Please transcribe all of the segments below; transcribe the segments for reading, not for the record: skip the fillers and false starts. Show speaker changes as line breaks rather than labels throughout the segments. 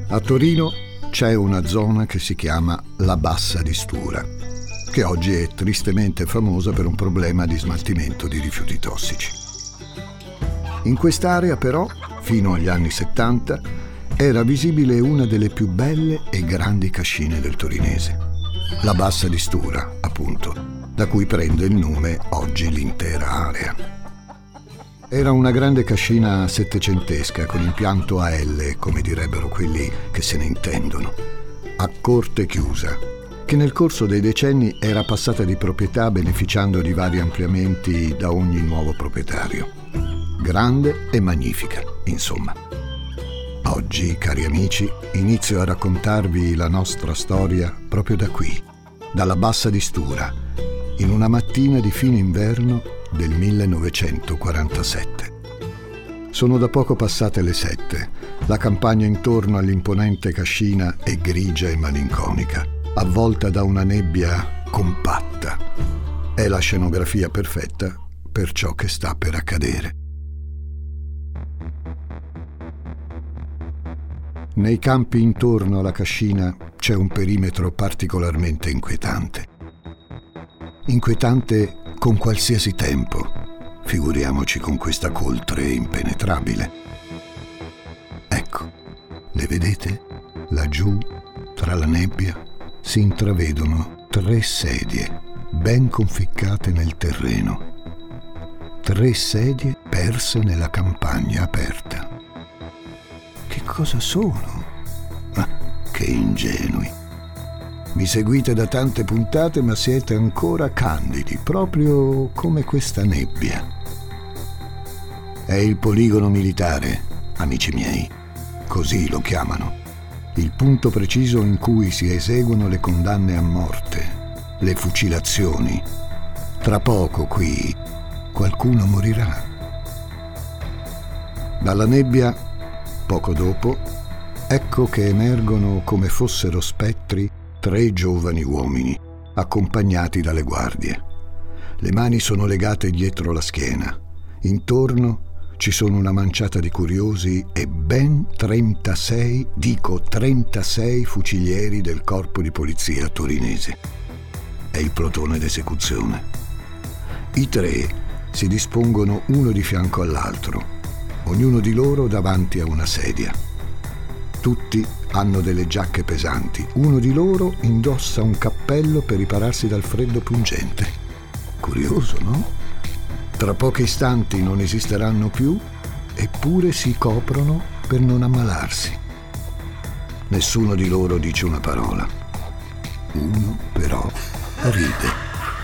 A Torino c'è una zona che si chiama la Bassa di Stura, che oggi è tristemente famosa per un problema di smaltimento di rifiuti tossici. In quest'area però, fino agli anni 70, era visibile una delle più belle e grandi cascine del torinese. La Bassa di Stura, appunto, da cui prende il nome oggi l'intera area. Era una grande cascina settecentesca con impianto a L, come direbbero quelli che se ne intendono, a corte chiusa, che nel corso dei decenni era passata di proprietà beneficiando di vari ampliamenti da ogni nuovo proprietario. Grande e magnifica, insomma. Oggi, cari amici, inizio a raccontarvi la nostra storia proprio da qui, dalla Bassa di Stura, in una mattina di fine inverno del 1947. Sono da poco passate le 7. La campagna intorno all'imponente cascina è grigia e malinconica, avvolta da una nebbia compatta. È la scenografia perfetta per ciò che sta per accadere. Nei campi intorno alla cascina c'è un perimetro particolarmente inquietante. Inquietante con qualsiasi tempo, figuriamoci con questa coltre impenetrabile. Ecco, le vedete? Laggiù, tra la nebbia, si intravedono 3 sedie ben conficcate nel terreno. 3 sedie perse nella campagna aperta. Che cosa sono? Ah, che ingenui. Mi seguite da tante puntate, ma siete ancora candidi, proprio come questa nebbia. È il poligono militare, amici miei. Così lo chiamano. Il punto preciso in cui si eseguono le condanne a morte, le fucilazioni. Tra poco qui qualcuno morirà. Dalla nebbia, poco dopo, ecco che emergono come fossero spettri 3 giovani uomini, accompagnati dalle guardie. Le mani sono legate dietro la schiena. Intorno ci sono una manciata di curiosi e ben 36 fucilieri del corpo di polizia torinese. È il plotone d'esecuzione. I 3 si dispongono uno di fianco all'altro, ognuno di loro davanti a una sedia. Tutti hanno delle giacche pesanti. Uno di loro indossa un cappello per ripararsi dal freddo pungente. Curioso, no? Tra pochi istanti non esisteranno più, eppure si coprono per non ammalarsi. Nessuno di loro dice una parola. Uno, però, ride.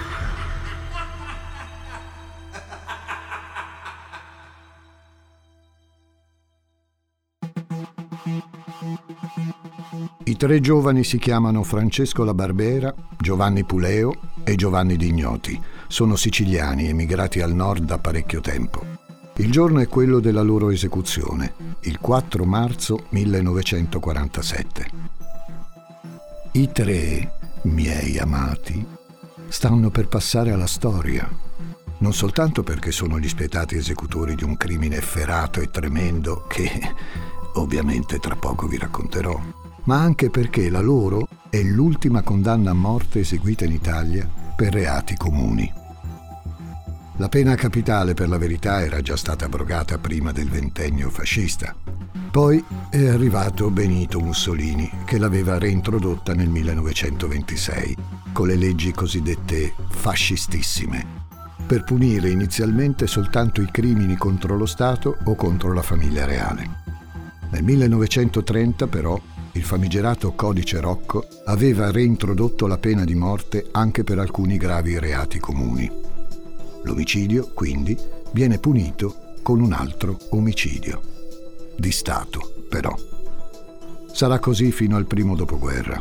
I 3 giovani si chiamano Francesco La Barbera, Giovanni Puleo e Giovanni Dignoti. Sono siciliani, emigrati al nord da parecchio tempo. Il giorno è quello della loro esecuzione, il 4 marzo 1947. I 3, miei amati, stanno per passare alla storia, non soltanto perché sono gli spietati esecutori di un crimine efferato e tremendo che, ovviamente, tra poco vi racconterò, ma anche perché la loro è l'ultima condanna a morte eseguita in Italia per reati comuni. La pena capitale, per la verità, era già stata abrogata prima del ventennio fascista. Poi è arrivato Benito Mussolini, che l'aveva reintrodotta nel 1926, con le leggi cosiddette fascistissime, per punire inizialmente soltanto i crimini contro lo Stato o contro la famiglia reale. Nel 1930, però, il famigerato Codice Rocco aveva reintrodotto la pena di morte anche per alcuni gravi reati comuni. L'omicidio, quindi, viene punito con un altro omicidio. Di Stato, però. Sarà così fino al primo dopoguerra.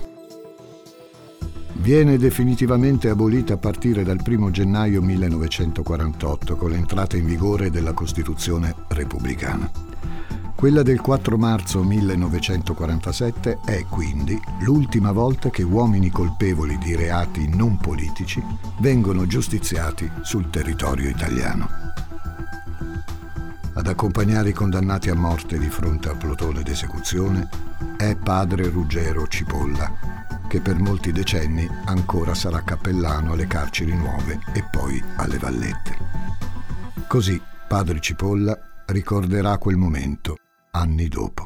Viene definitivamente abolita a partire dal 1 gennaio 1948 con l'entrata in vigore della Costituzione repubblicana. Quella del 4 marzo 1947 è quindi l'ultima volta che uomini colpevoli di reati non politici vengono giustiziati sul territorio italiano. Ad accompagnare i condannati a morte di fronte al plotone d'esecuzione è padre Ruggero Cipolla, che per molti decenni ancora sarà cappellano alle carceri nuove e poi alle Vallette. Così padre Cipolla ricorderà quel momento anni dopo.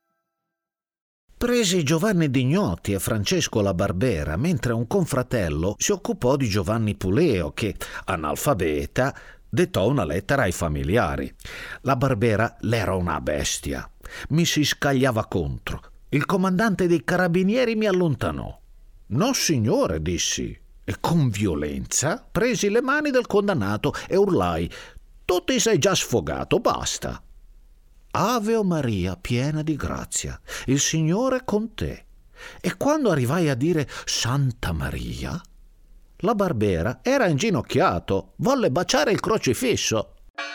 Presi Giovanni Dignoti e Francesco La Barbera, mentre un confratello si occupò di Giovanni Puleo, che, analfabeta, dettò una lettera ai familiari. La Barbera l'era una bestia. Mi si scagliava contro. Il comandante dei carabinieri mi allontanò. «No, signore», dissi, e con violenza presi le mani del condannato e urlai: «Tu ti sei già sfogato, basta!» «Ave Maria, piena di grazia, il Signore è con te». E quando arrivai a dire «Santa Maria», la Barbera era inginocchiato, volle baciare il crocifisso.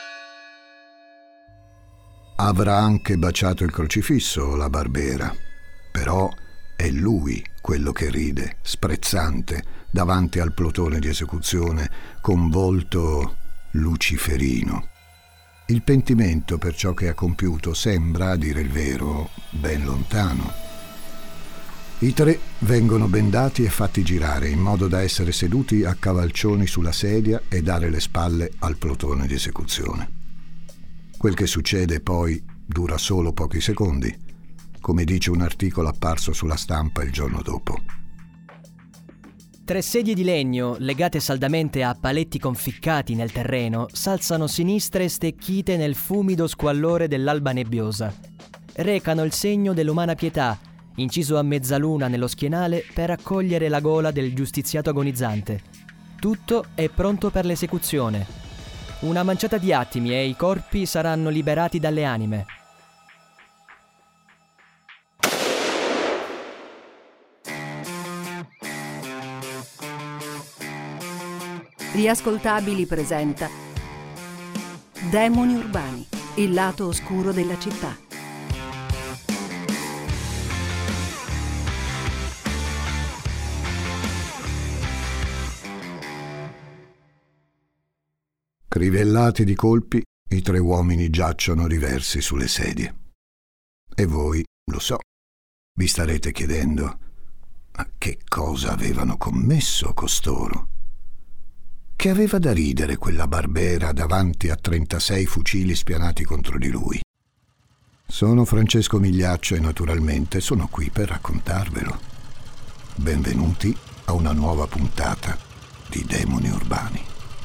Avrà anche baciato il crocifisso la Barbera, però è lui quello che ride, sprezzante, davanti al plotone di esecuzione, con volto luciferino. Il pentimento per ciò che ha compiuto sembra, a dire il vero, ben lontano. I tre vengono bendati e fatti girare in modo da essere seduti a cavalcioni sulla sedia e dare le spalle al plotone di esecuzione. Quel che succede poi dura solo pochi secondi, come dice un articolo apparso sulla Stampa il giorno dopo.
3 sedie di legno, legate saldamente a paletti conficcati nel terreno, s'alzano sinistre e stecchite nel fumido squallore dell'alba nebbiosa. Recano il segno dell'umana pietà, inciso a mezzaluna nello schienale per accogliere la gola del giustiziato agonizzante. Tutto è pronto per l'esecuzione. Una manciata di attimi e i corpi saranno liberati dalle anime.
Riascoltabili presenta Demoni urbani, il lato oscuro della città.
Crivellati di colpi, i 3 uomini giacciono riversi sulle sedie. E voi, lo so, vi starete chiedendo: ma che cosa avevano commesso costoro? Che aveva da ridere quella Barbera davanti a 36 fucili spianati contro di lui? Sono Francesco Migliaccio e naturalmente sono qui per raccontarvelo. Benvenuti a una nuova puntata di Demoni Urbani.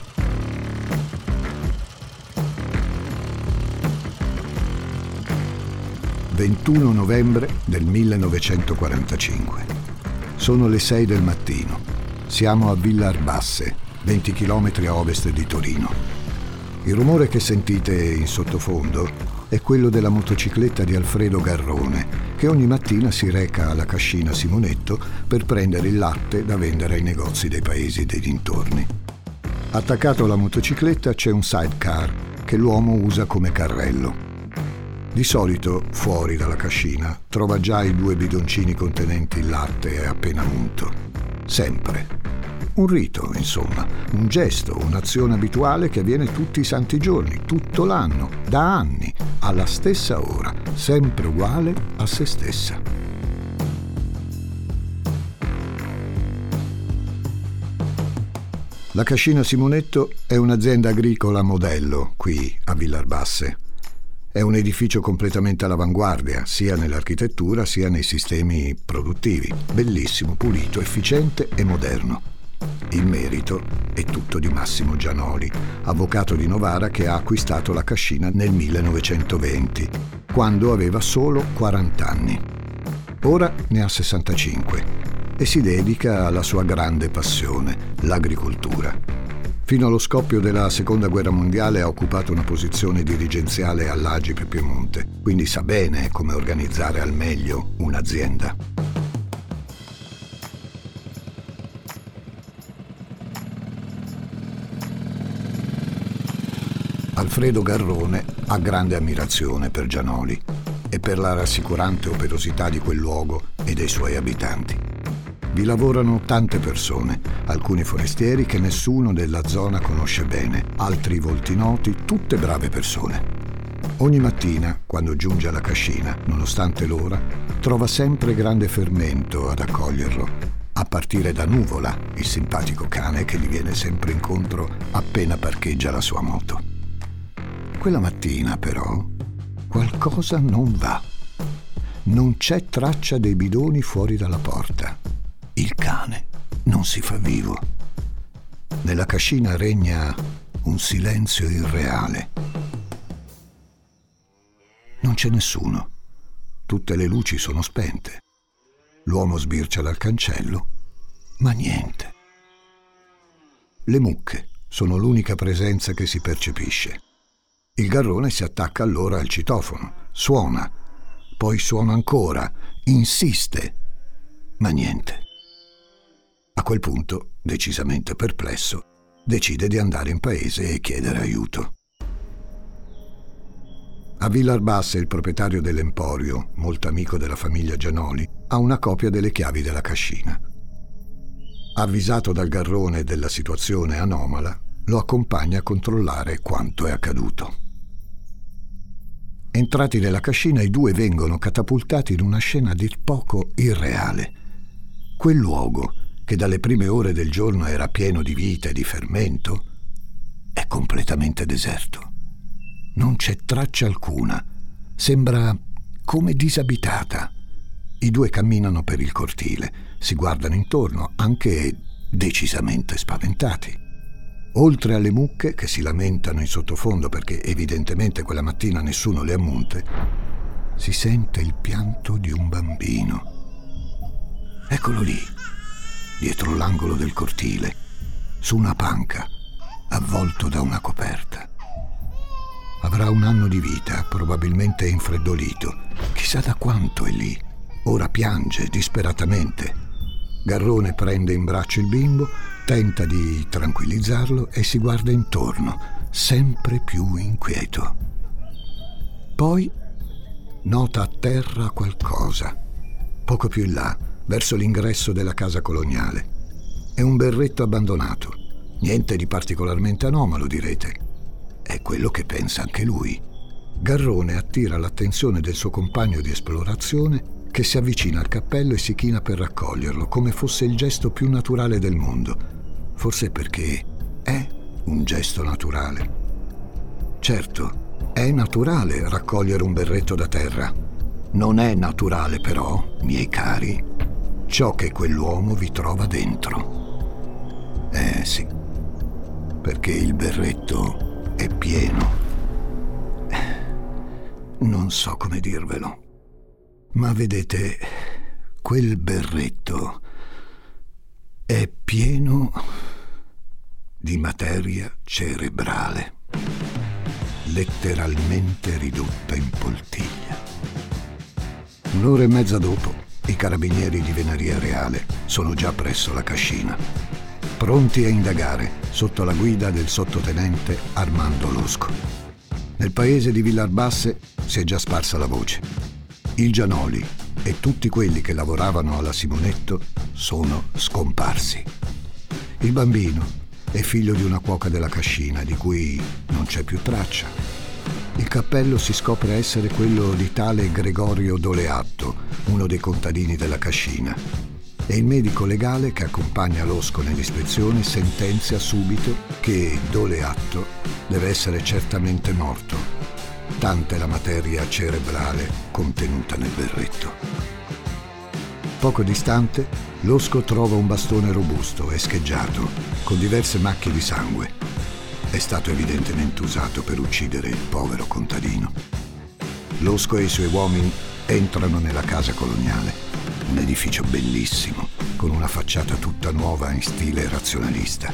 «21 novembre del 1945. Sono le 6 del mattino. Siamo a Villa Arbasse, 20 chilometri a ovest di Torino. Il rumore che sentite in sottofondo è quello della motocicletta di Alfredo Garrone, che ogni mattina si reca alla cascina Simonetto per prendere il latte da vendere ai negozi dei paesi dei dintorni. Attaccato alla motocicletta c'è un sidecar che l'uomo usa come carrello. Di solito, fuori dalla cascina, trova già i 2 bidoncini contenenti il latte appena munto. Sempre. Un rito, insomma, un gesto, un'azione abituale che avviene tutti i santi giorni, tutto l'anno, da anni, alla stessa ora, sempre uguale a se stessa. La cascina Simonetto è un'azienda agricola modello qui a Villarbasse. È un edificio completamente all'avanguardia, sia nell'architettura sia nei sistemi produttivi. Bellissimo, pulito, efficiente e moderno. Il merito è tutto di Massimo Gianoli, avvocato di Novara che ha acquistato la cascina nel 1920, quando aveva solo 40 anni. Ora ne ha 65 e si dedica alla sua grande passione, l'agricoltura. Fino allo scoppio della Seconda Guerra Mondiale ha occupato una posizione dirigenziale all'Agip Piemonte, quindi sa bene come organizzare al meglio un'azienda. Alfredo Garrone ha grande ammirazione per Gianoli e per la rassicurante operosità di quel luogo e dei suoi abitanti. Vi lavorano tante persone, alcuni forestieri che nessuno della zona conosce bene, altri volti noti, tutte brave persone. Ogni mattina, quando giunge alla cascina, nonostante l'ora, trova sempre grande fermento ad accoglierlo, a partire da Nuvola, il simpatico cane che gli viene sempre incontro appena parcheggia la sua moto. Quella mattina, però, qualcosa non va. Non c'è traccia dei bidoni fuori dalla porta. Il cane non si fa vivo. Nella cascina regna un silenzio irreale. Non c'è nessuno. Tutte le luci sono spente. L'uomo sbircia dal cancello, ma niente. Le mucche sono l'unica presenza che si percepisce. Il Garrone si attacca allora al citofono, suona, poi suona ancora, insiste, ma niente. A quel punto, decisamente perplesso, decide di andare in paese e chiedere aiuto. A Villarbasse il proprietario dell'emporio, molto amico della famiglia Gianoli, ha una copia delle chiavi della cascina. Avvisato dal Garrone della situazione anomala, lo accompagna a controllare quanto è accaduto. Entrati nella cascina, i due vengono catapultati in una scena a dir poco irreale. Quel luogo, che dalle prime ore del giorno era pieno di vita e di fermento, è completamente deserto. Non c'è traccia alcuna. Sembra come disabitata. I due camminano per il cortile, si guardano intorno, anche decisamente spaventati. Oltre alle mucche che si lamentano in sottofondo perché evidentemente quella mattina nessuno le ammonte, si sente il pianto di un bambino. Eccolo lì, dietro l'angolo del cortile, su una panca, avvolto da una coperta. Avrà 1 anno di vita, probabilmente è infreddolito. Chissà da quanto è lì. Ora piange disperatamente. Garrone prende in braccio il bimbo, tenta di tranquillizzarlo e si guarda intorno, sempre più inquieto. Poi nota a terra qualcosa, poco più in là, verso l'ingresso della casa coloniale. È un berretto abbandonato. Niente di particolarmente anomalo, direte. È quello che pensa anche lui. Garrone attira l'attenzione del suo compagno di esplorazione, che si avvicina al cappello e si china per raccoglierlo, come fosse il gesto più naturale del mondo. Forse perché è un gesto naturale. Certo, è naturale raccogliere un berretto da terra. Non è naturale però, miei cari, ciò che quell'uomo vi trova dentro. Sì, perché il berretto è pieno. Non so come dirvelo, ma vedete, quel berretto è pieno di materia cerebrale, letteralmente ridotta in poltiglia. 1 ora e mezza dopo, i carabinieri di Venaria Reale sono già presso la cascina, pronti a indagare sotto la guida del sottotenente Armando Losco. Nel paese di Villarbasse si è già sparsa la voce. Il Gianoli e tutti quelli che lavoravano alla Simonetto sono scomparsi. Il bambino è figlio di una cuoca della cascina, di cui non c'è più traccia. Il cappello si scopre essere quello di tale Gregorio Doleatto, uno dei contadini della cascina. E il medico legale che accompagna Losco nell'ispezione sentenzia subito che Doleatto deve essere certamente morto, tanta è la materia cerebrale contenuta nel berretto. Poco distante, Losco trova un bastone robusto e scheggiato, con diverse macchie di sangue. È stato evidentemente usato per uccidere il povero contadino. Losco e i suoi uomini entrano nella casa coloniale, un edificio bellissimo, con una facciata tutta nuova in stile razionalista.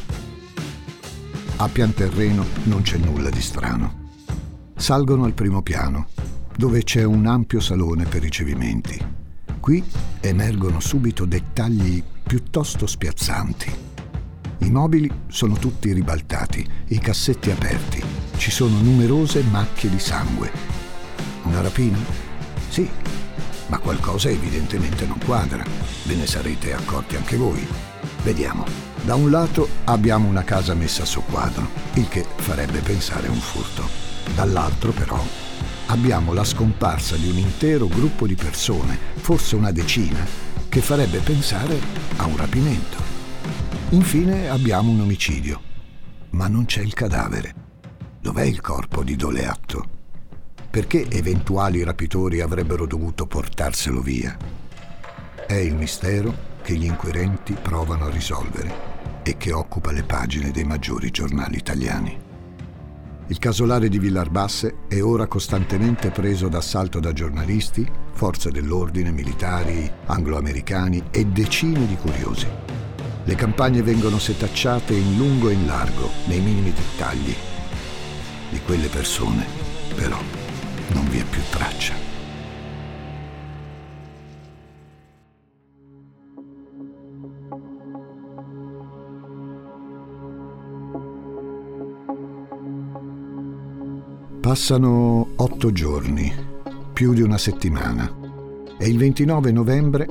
A pian terreno non c'è nulla di strano. Salgono al primo piano, dove c'è un ampio salone per ricevimenti. Qui emergono subito dettagli piuttosto spiazzanti. I mobili sono tutti ribaltati, i cassetti aperti, ci sono numerose macchie di sangue. Una rapina? Sì, ma qualcosa evidentemente non quadra. Ve ne sarete accorti anche voi. Vediamo. Da un lato abbiamo una casa messa a soqquadro, il che farebbe pensare a un furto. Dall'altro però abbiamo la scomparsa di un intero gruppo di persone, forse una decina, che farebbe pensare a un rapimento. Infine abbiamo un omicidio, ma non c'è il cadavere. Dov'è il corpo di Doleatto? Perché eventuali rapitori avrebbero dovuto portarselo via? È il mistero che gli inquirenti provano a risolvere e che occupa le pagine dei maggiori giornali italiani. Il casolare di Villarbasse è ora costantemente preso d'assalto da giornalisti, forze dell'ordine, militari, anglo-americani e decine di curiosi. Le campagne vengono setacciate in lungo e in largo, nei minimi dettagli. Di quelle persone, però, non vi è più traccia. Passano 8 giorni, più di una settimana. È il 29 novembre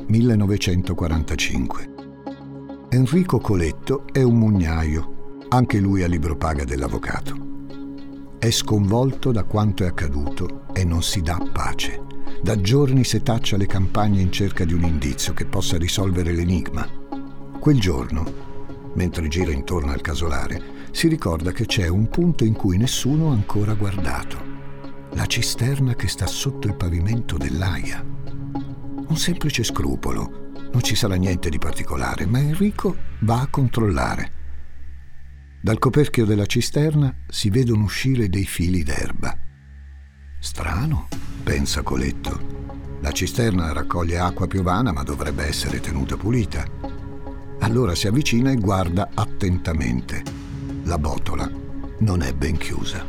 1945. Enrico Coletto è un mugnaio, anche lui a libro paga dell'avvocato. È sconvolto da quanto è accaduto e non si dà pace. Da giorni setaccia le campagne in cerca di un indizio che possa risolvere l'enigma. Quel giorno, mentre gira intorno al casolare, si ricorda che c'è un punto in cui nessuno ha ancora guardato. La cisterna che sta sotto il pavimento dell'AIA. Un semplice scrupolo, non ci sarà niente di particolare, ma Enrico va a controllare. Dal coperchio della cisterna si vedono uscire dei fili d'erba. Strano, pensa Coletto. La cisterna raccoglie acqua piovana, ma dovrebbe essere tenuta pulita. Allora si avvicina e guarda attentamente. La botola non è ben chiusa.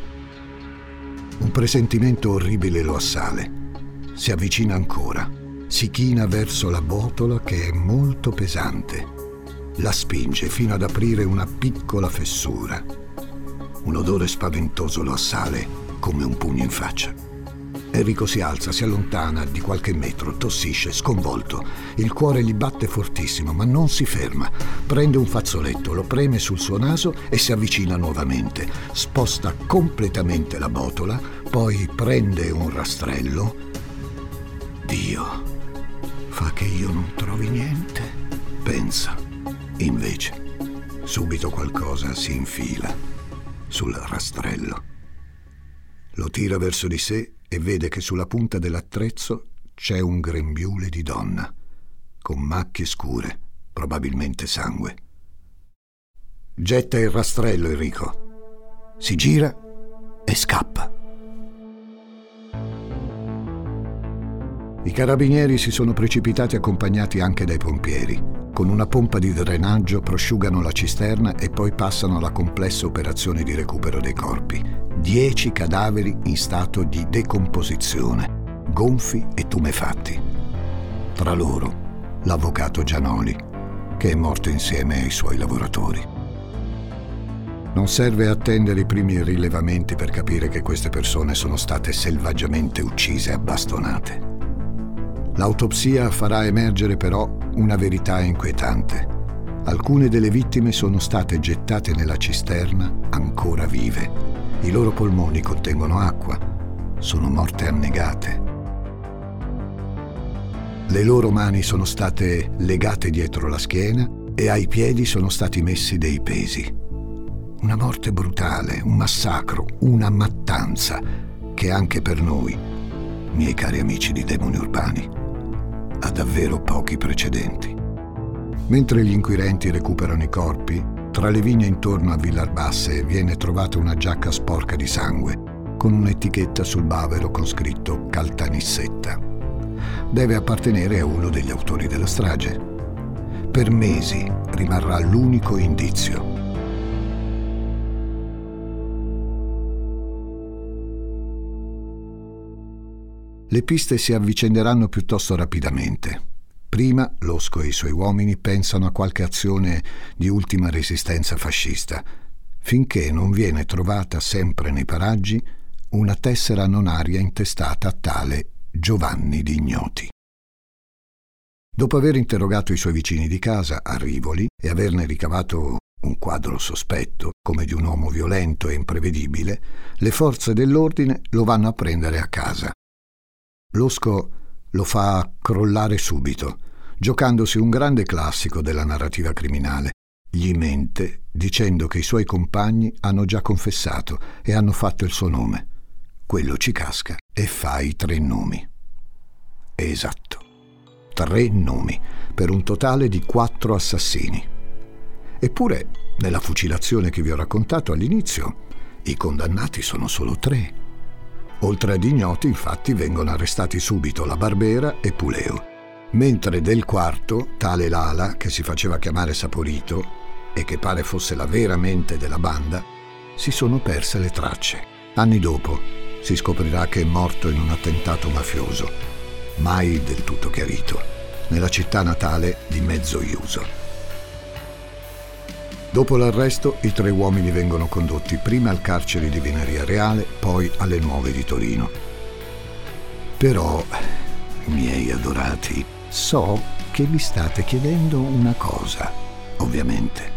Un presentimento orribile lo assale. Si avvicina ancora. Si china verso la botola che è molto pesante. La spinge fino ad aprire una piccola fessura. Un odore spaventoso lo assale come un pugno in faccia. Enrico si alza, si allontana di qualche metro, tossisce, sconvolto. Il cuore gli batte fortissimo, ma non si ferma. Prende un fazzoletto, lo preme sul suo naso e si avvicina nuovamente. Sposta completamente la botola, poi prende un rastrello. Dio, fa che io non trovi niente, pensa. Invece, subito qualcosa si infila sul rastrello. Lo tira verso di sé e vede che sulla punta dell'attrezzo c'è un grembiule di donna, con macchie scure, probabilmente sangue. Getta il rastrello, Enrico. Si gira e scappa. I carabinieri si sono precipitati accompagnati anche dai pompieri. Con una pompa di drenaggio prosciugano la cisterna e poi passano alla complessa operazione di recupero dei corpi. 10 cadaveri in stato di decomposizione, gonfi e tumefatti. Tra loro l'avvocato Gianoli, che è morto insieme ai suoi lavoratori. Non serve attendere i primi rilevamenti per capire che queste persone sono state selvaggiamente uccise a bastonate. L'autopsia farà emergere però una verità inquietante. Alcune delle vittime sono state gettate nella cisterna ancora vive. I loro polmoni contengono acqua. Sono morte annegate. Le loro mani sono state legate dietro la schiena e ai piedi sono stati messi dei pesi. Una morte brutale, un massacro, una mattanza che anche per noi, miei cari amici di Demoni Urbani, ha davvero pochi precedenti. Mentre gli inquirenti recuperano i corpi, tra le vigne intorno a Villarbasse viene trovata una giacca sporca di sangue, con un'etichetta sul bavero con scritto Caltanissetta. Deve appartenere a uno degli autori della strage. Per mesi rimarrà l'unico indizio. Le piste si avvicenderanno piuttosto rapidamente. Prima Losco e i suoi uomini pensano a qualche azione di ultima resistenza fascista, finché non viene trovata sempre nei paraggi una tessera nonaria intestata a tale Giovanni Dignoti. Dopo aver interrogato i suoi vicini di casa a Rivoli e averne ricavato un quadro sospetto, come di un uomo violento e imprevedibile, le forze dell'ordine lo vanno a prendere a casa. Losco lo fa crollare subito, giocandosi un grande classico della narrativa criminale. Gli mente dicendo che i suoi compagni hanno già confessato e hanno fatto il suo nome. Quello ci casca e fa i 3 nomi. Esatto, 3 nomi, per un totale di 4 assassini. Eppure, nella fucilazione che vi ho raccontato all'inizio, i condannati sono solo 3. Oltre ad ignoti, infatti, vengono arrestati subito la Barbera e Puleo, mentre del quarto, tale Lala, che si faceva chiamare Saporito e che pare fosse la vera mente della banda, si sono perse le tracce. Anni dopo si scoprirà che è morto in un attentato mafioso, mai del tutto chiarito, nella città natale di Mezzo Iuso. Dopo l'arresto, i 3 uomini vengono condotti prima al carcere di Vineria Reale, poi alle Nuove di Torino. Però, miei adorati, so che vi state chiedendo una cosa, ovviamente.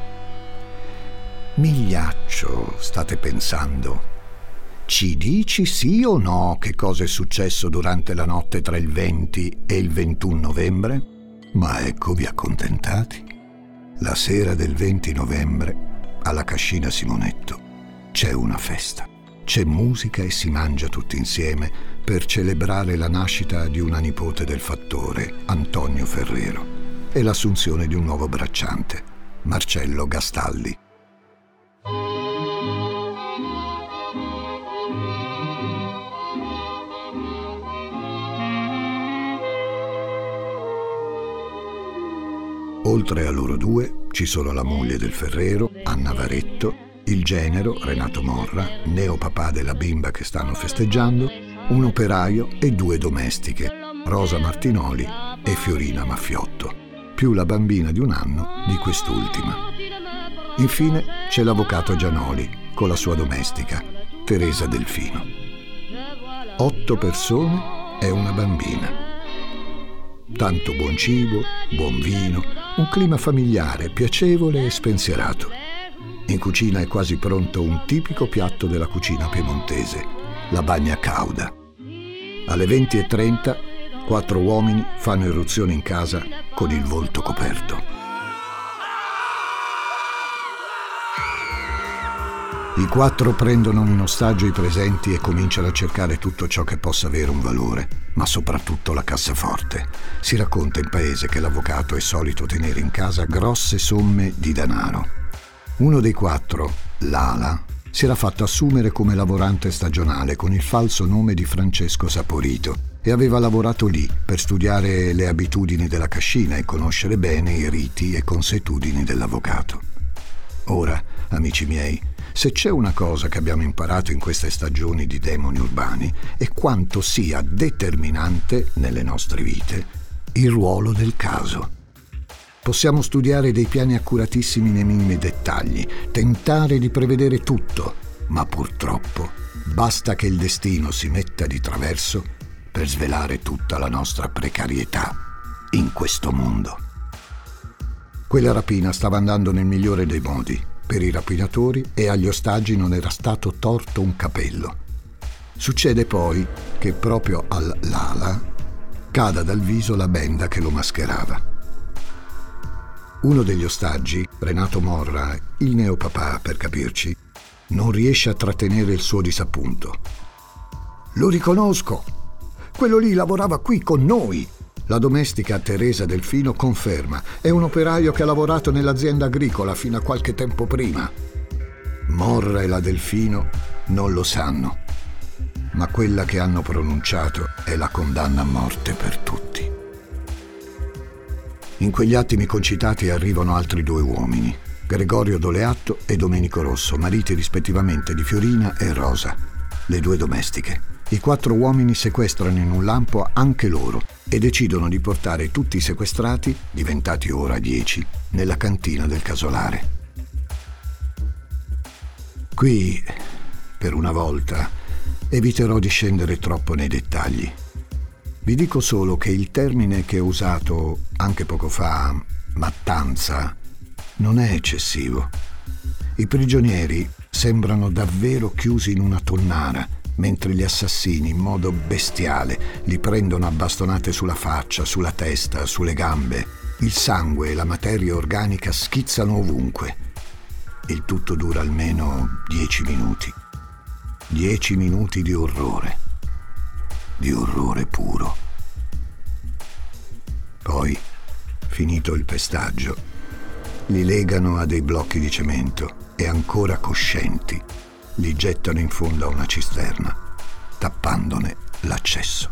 Migliaccio, state pensando. Ci dici sì o no che cosa è successo durante la notte tra il 20 e il 21 novembre? Ma ecco, vi accontentati. La sera del 20 novembre, alla Cascina Simonetto, c'è una festa. C'è musica e si mangia tutti insieme per celebrare la nascita di una nipote del fattore, Antonio Ferrero, e l'assunzione di un nuovo bracciante, Marcello Gastaldi. Oltre a loro 2 ci sono la moglie del Ferrero, Anna Varetto, il genero, Renato Morra, neopapà della bimba che stanno festeggiando, un operaio e 2 domestiche, Rosa Martinoli e Fiorina Maffiotto, più la bambina di 1 anno di quest'ultima. Infine c'è l'avvocato Gianoli con la sua domestica, Teresa Delfino. 8 persone e una bambina. Tanto buon cibo, buon vino, un clima familiare, piacevole e spensierato. In cucina è quasi pronto un tipico piatto della cucina piemontese, la bagna cauda. Alle 20:30, 4 uomini fanno irruzione in casa con il volto coperto. I 4 prendono in ostaggio i presenti e cominciano a cercare tutto ciò che possa avere un valore, ma soprattutto la cassaforte. Si racconta in paese che l'avvocato è solito tenere in casa grosse somme di denaro. Uno dei 4, Lala, si era fatto assumere come lavorante stagionale con il falso nome di Francesco Saporito e aveva lavorato lì per studiare le abitudini della cascina e conoscere bene i riti e consuetudini dell'avvocato. Ora, amici miei, se c'è una cosa che abbiamo imparato in queste stagioni di demoni urbani è quanto sia determinante nelle nostre vite il ruolo del caso. Possiamo studiare dei piani accuratissimi nei minimi dettagli, tentare di prevedere tutto, ma purtroppo basta che il destino si metta di traverso per svelare tutta la nostra precarietà in questo mondo. Quella rapina stava andando nel migliore dei modi. Per i rapinatori e agli ostaggi non era stato torto un capello. Succede poi che proprio al Lala cada dal viso la benda che lo mascherava. Uno degli ostaggi, Renato Morra, il neopapà per capirci, non riesce a trattenere il suo disappunto. «Lo riconosco! Quello lì lavorava qui con noi!» La domestica Teresa Delfino conferma, è un operaio che ha lavorato nell'azienda agricola fino a qualche tempo prima. Morra e la Delfino non lo sanno, ma quella che hanno pronunciato è la condanna a morte per tutti. In quegli attimi concitati arrivano altri 2 uomini, Gregorio Doleatto e Domenico Rosso, mariti rispettivamente di Fiorina e Rosa, le 2 domestiche. I 4 uomini sequestrano in un lampo anche loro e decidono di portare tutti i sequestrati, diventati ora 10, nella cantina del casolare. Qui, per una volta, eviterò di scendere troppo nei dettagli. Vi dico solo che il termine che ho usato anche poco fa, mattanza, non è eccessivo. I prigionieri sembrano davvero chiusi in una tonnara, mentre gli assassini, in modo bestiale, li prendono a bastonate sulla faccia, sulla testa, sulle gambe. Il sangue e la materia organica schizzano ovunque. Il tutto dura almeno 10 minuti. 10 minuti di orrore puro. Poi, finito il pestaggio, li legano a dei blocchi di cemento e ancora coscienti li gettano in fondo a una cisterna, tappandone l'accesso.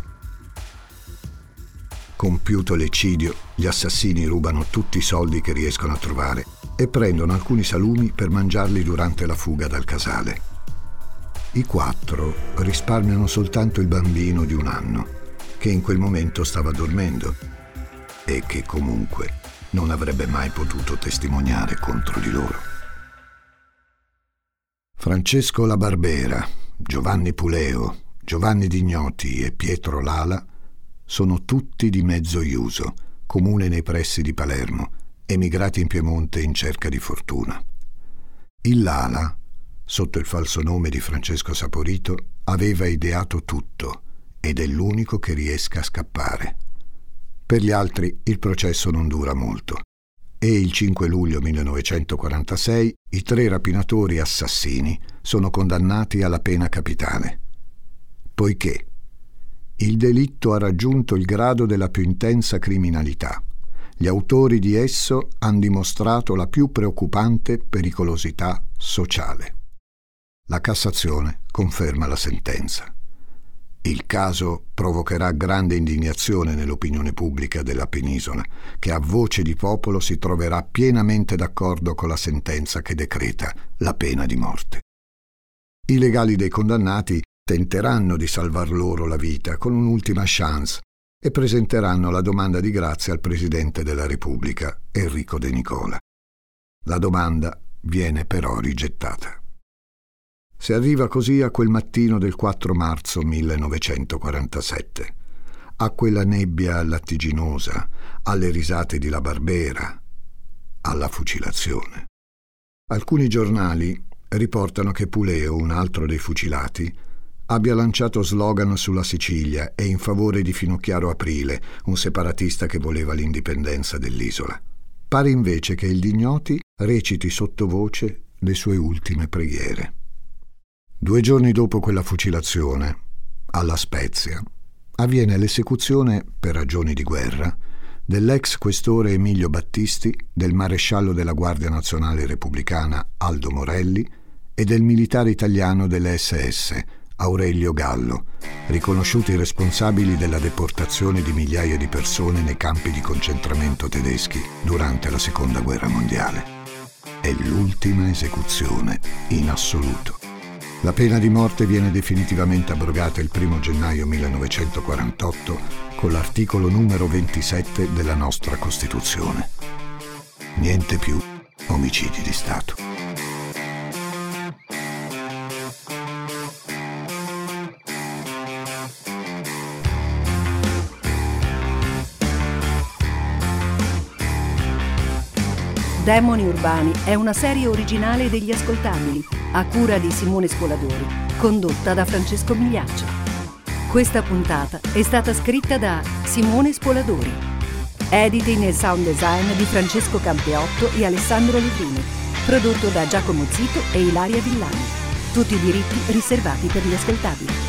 Compiuto l'eccidio, gli assassini rubano tutti i soldi che riescono a trovare e prendono alcuni salumi per mangiarli durante la fuga dal casale. I 4 risparmiano soltanto il bambino di 1 anno, che in quel momento stava dormendo e che comunque non avrebbe mai potuto testimoniare contro di loro. Francesco La Barbera, Giovanni Puleo, Giovanni Dignoti e Pietro Lala sono tutti di Mezzoiuso, comune nei pressi di Palermo, emigrati in Piemonte in cerca di fortuna. Il Lala, sotto il falso nome di Francesco Saporito, aveva ideato tutto ed è l'unico che riesca a scappare. Per gli altri il processo non dura molto e il 5 luglio 1946 i 3 rapinatori assassini sono condannati alla pena capitale. Poiché il delitto ha raggiunto il grado della più intensa criminalità, gli autori di esso hanno dimostrato la più preoccupante pericolosità sociale. La Cassazione conferma la sentenza. Il caso provocherà grande indignazione nell'opinione pubblica della penisola, che a voce di popolo si troverà pienamente d'accordo con la sentenza che decreta la pena di morte. I legali dei condannati tenteranno di salvar loro la vita con un'ultima chance e presenteranno la domanda di grazia al Presidente della Repubblica, Enrico De Nicola. La domanda viene però rigettata. Si arriva così a quel mattino del 4 marzo 1947, a quella nebbia lattiginosa, alle risate di La Barbera, alla fucilazione. Alcuni giornali riportano che Puleo, un altro dei fucilati, abbia lanciato slogan sulla Sicilia e in favore di Finocchiaro Aprile, un separatista che voleva l'indipendenza dell'isola. Pare invece che il Dignoti reciti sottovoce le sue ultime preghiere. 2 giorni dopo quella fucilazione, alla Spezia, avviene l'esecuzione, per ragioni di guerra, dell'ex questore Emilio Battisti, del maresciallo della Guardia Nazionale Repubblicana Aldo Morelli e del militare italiano delle SS Aurelio Gallo, riconosciuti responsabili della deportazione di migliaia di persone nei campi di concentramento tedeschi durante la Seconda Guerra Mondiale. È l'ultima esecuzione in assoluto. La pena di morte viene definitivamente abrogata il 1 gennaio 1948 con l'articolo numero 27 della nostra Costituzione. Niente più omicidi di Stato.
Demoni Urbani è una serie originale degli Ascoltabili, a cura di Simone Spoladori, condotta da Francesco Migliaccio. Questa puntata è stata scritta da Simone Spoladori. Editing e sound design di Francesco Campeotto e Alessandro Lupini. Prodotto da Giacomo Zito e Ilaria Villani. Tutti i diritti riservati per gli Ascoltabili.